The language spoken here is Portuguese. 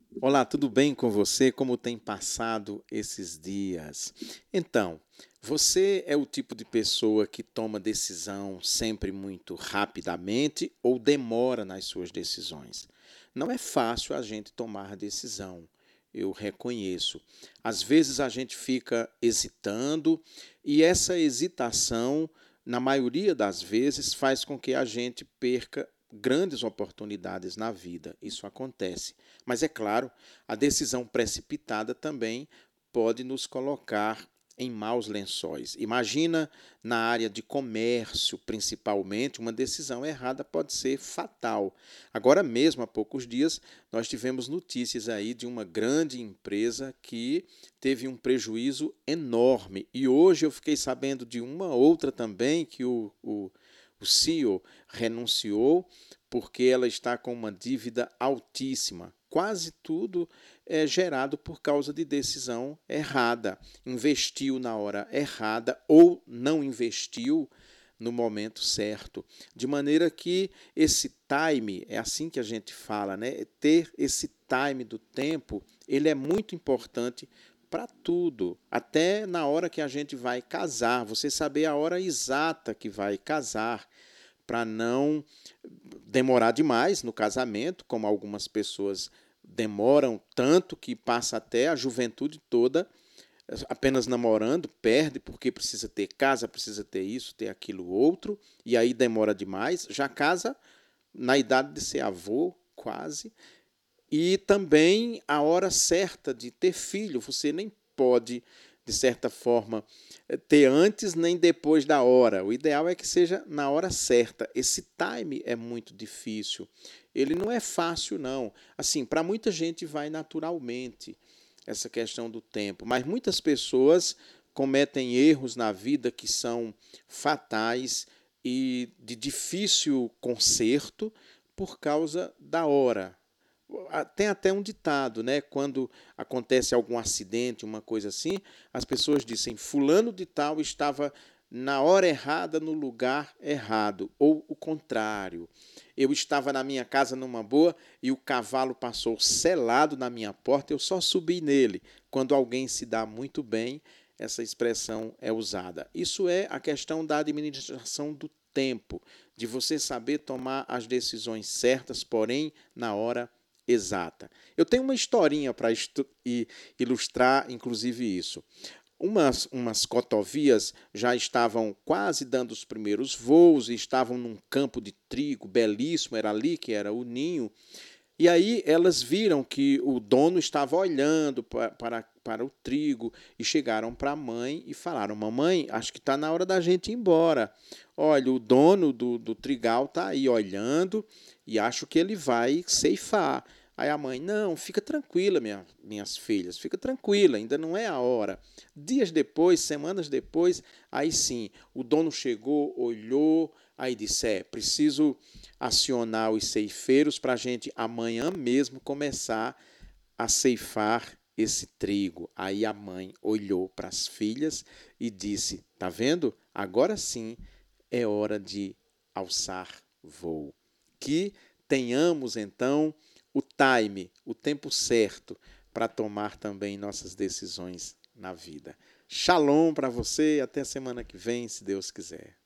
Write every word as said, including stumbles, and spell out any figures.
Olá, tudo bem com você? Como tem passado esses dias? Então, você é o tipo de pessoa que toma decisão sempre muito rapidamente ou demora nas suas decisões? Não é fácil a gente tomar decisão, eu reconheço. Às vezes a gente fica hesitando e essa hesitação, na maioria das vezes, faz com que a gente perca grandes oportunidades na vida. Isso acontece. Mas é claro, a decisão precipitada também pode nos colocar em maus lençóis. Imagina na área de comércio, principalmente, uma decisão errada pode ser fatal. Agora mesmo, há poucos dias, nós tivemos notícias aí de uma grande empresa que teve um prejuízo enorme. E hoje eu fiquei sabendo de uma outra também que o, o, o C E O renunciou porque ela está com uma dívida altíssima. Quase tudo é gerado por causa de decisão errada. Investiu na hora errada ou não investiu no momento certo. De maneira que esse time, é assim que a gente fala, né? Ter esse time do tempo, ele é muito importante para tudo, até na hora que a gente vai casar, você saber a hora exata que vai casar, para não demorar demais no casamento, como algumas pessoas demoram tanto que passa até a juventude toda apenas namorando, perde porque precisa ter casa, precisa ter isso, ter aquilo outro, e aí demora demais, já casa na idade de ser avô, quase, e também a hora certa de ter filho. Você nem pode, de certa forma, ter antes nem depois da hora. O ideal é que seja na hora certa. Esse time é muito difícil. Ele não é fácil, não. Assim, para muita gente vai naturalmente essa questão do tempo, mas muitas pessoas cometem erros na vida que são fatais e de difícil conserto por causa da hora. Tem até um ditado, né? Quando acontece algum acidente, uma coisa assim, as pessoas dizem: Fulano de Tal estava na hora errada, no lugar errado. Ou o contrário. Eu estava na minha casa numa boa e o cavalo passou selado na minha porta, eu só subi nele. Quando alguém se dá muito bem, essa expressão é usada. Isso é a questão da administração do tempo, de você saber tomar as decisões certas, porém na hora exata. Eu tenho uma historinha para ilustrar, inclusive, isso. Umas, umas cotovias já estavam quase dando os primeiros voos e estavam num campo de trigo belíssimo, era ali que era o ninho. E aí elas viram que o dono estava olhando para, para, para o trigo e chegaram para a mãe e falaram: Mamãe, acho que está na hora da gente ir embora. Olha, o dono do, do trigal está aí olhando e acho que ele vai ceifar. Aí a mãe: Não, fica tranquila, minha, minhas filhas, fica tranquila, ainda não é a hora. Dias depois, semanas depois, aí sim, o dono chegou, olhou, aí disse: É, preciso acionar os ceifeiros para a gente amanhã mesmo começar a ceifar esse trigo. Aí a mãe olhou para as filhas e disse: Tá vendo? Agora sim é hora de alçar voo. Que tenhamos então o time, o tempo certo para tomar também nossas decisões na vida. Shalom para você e até semana que vem, se Deus quiser.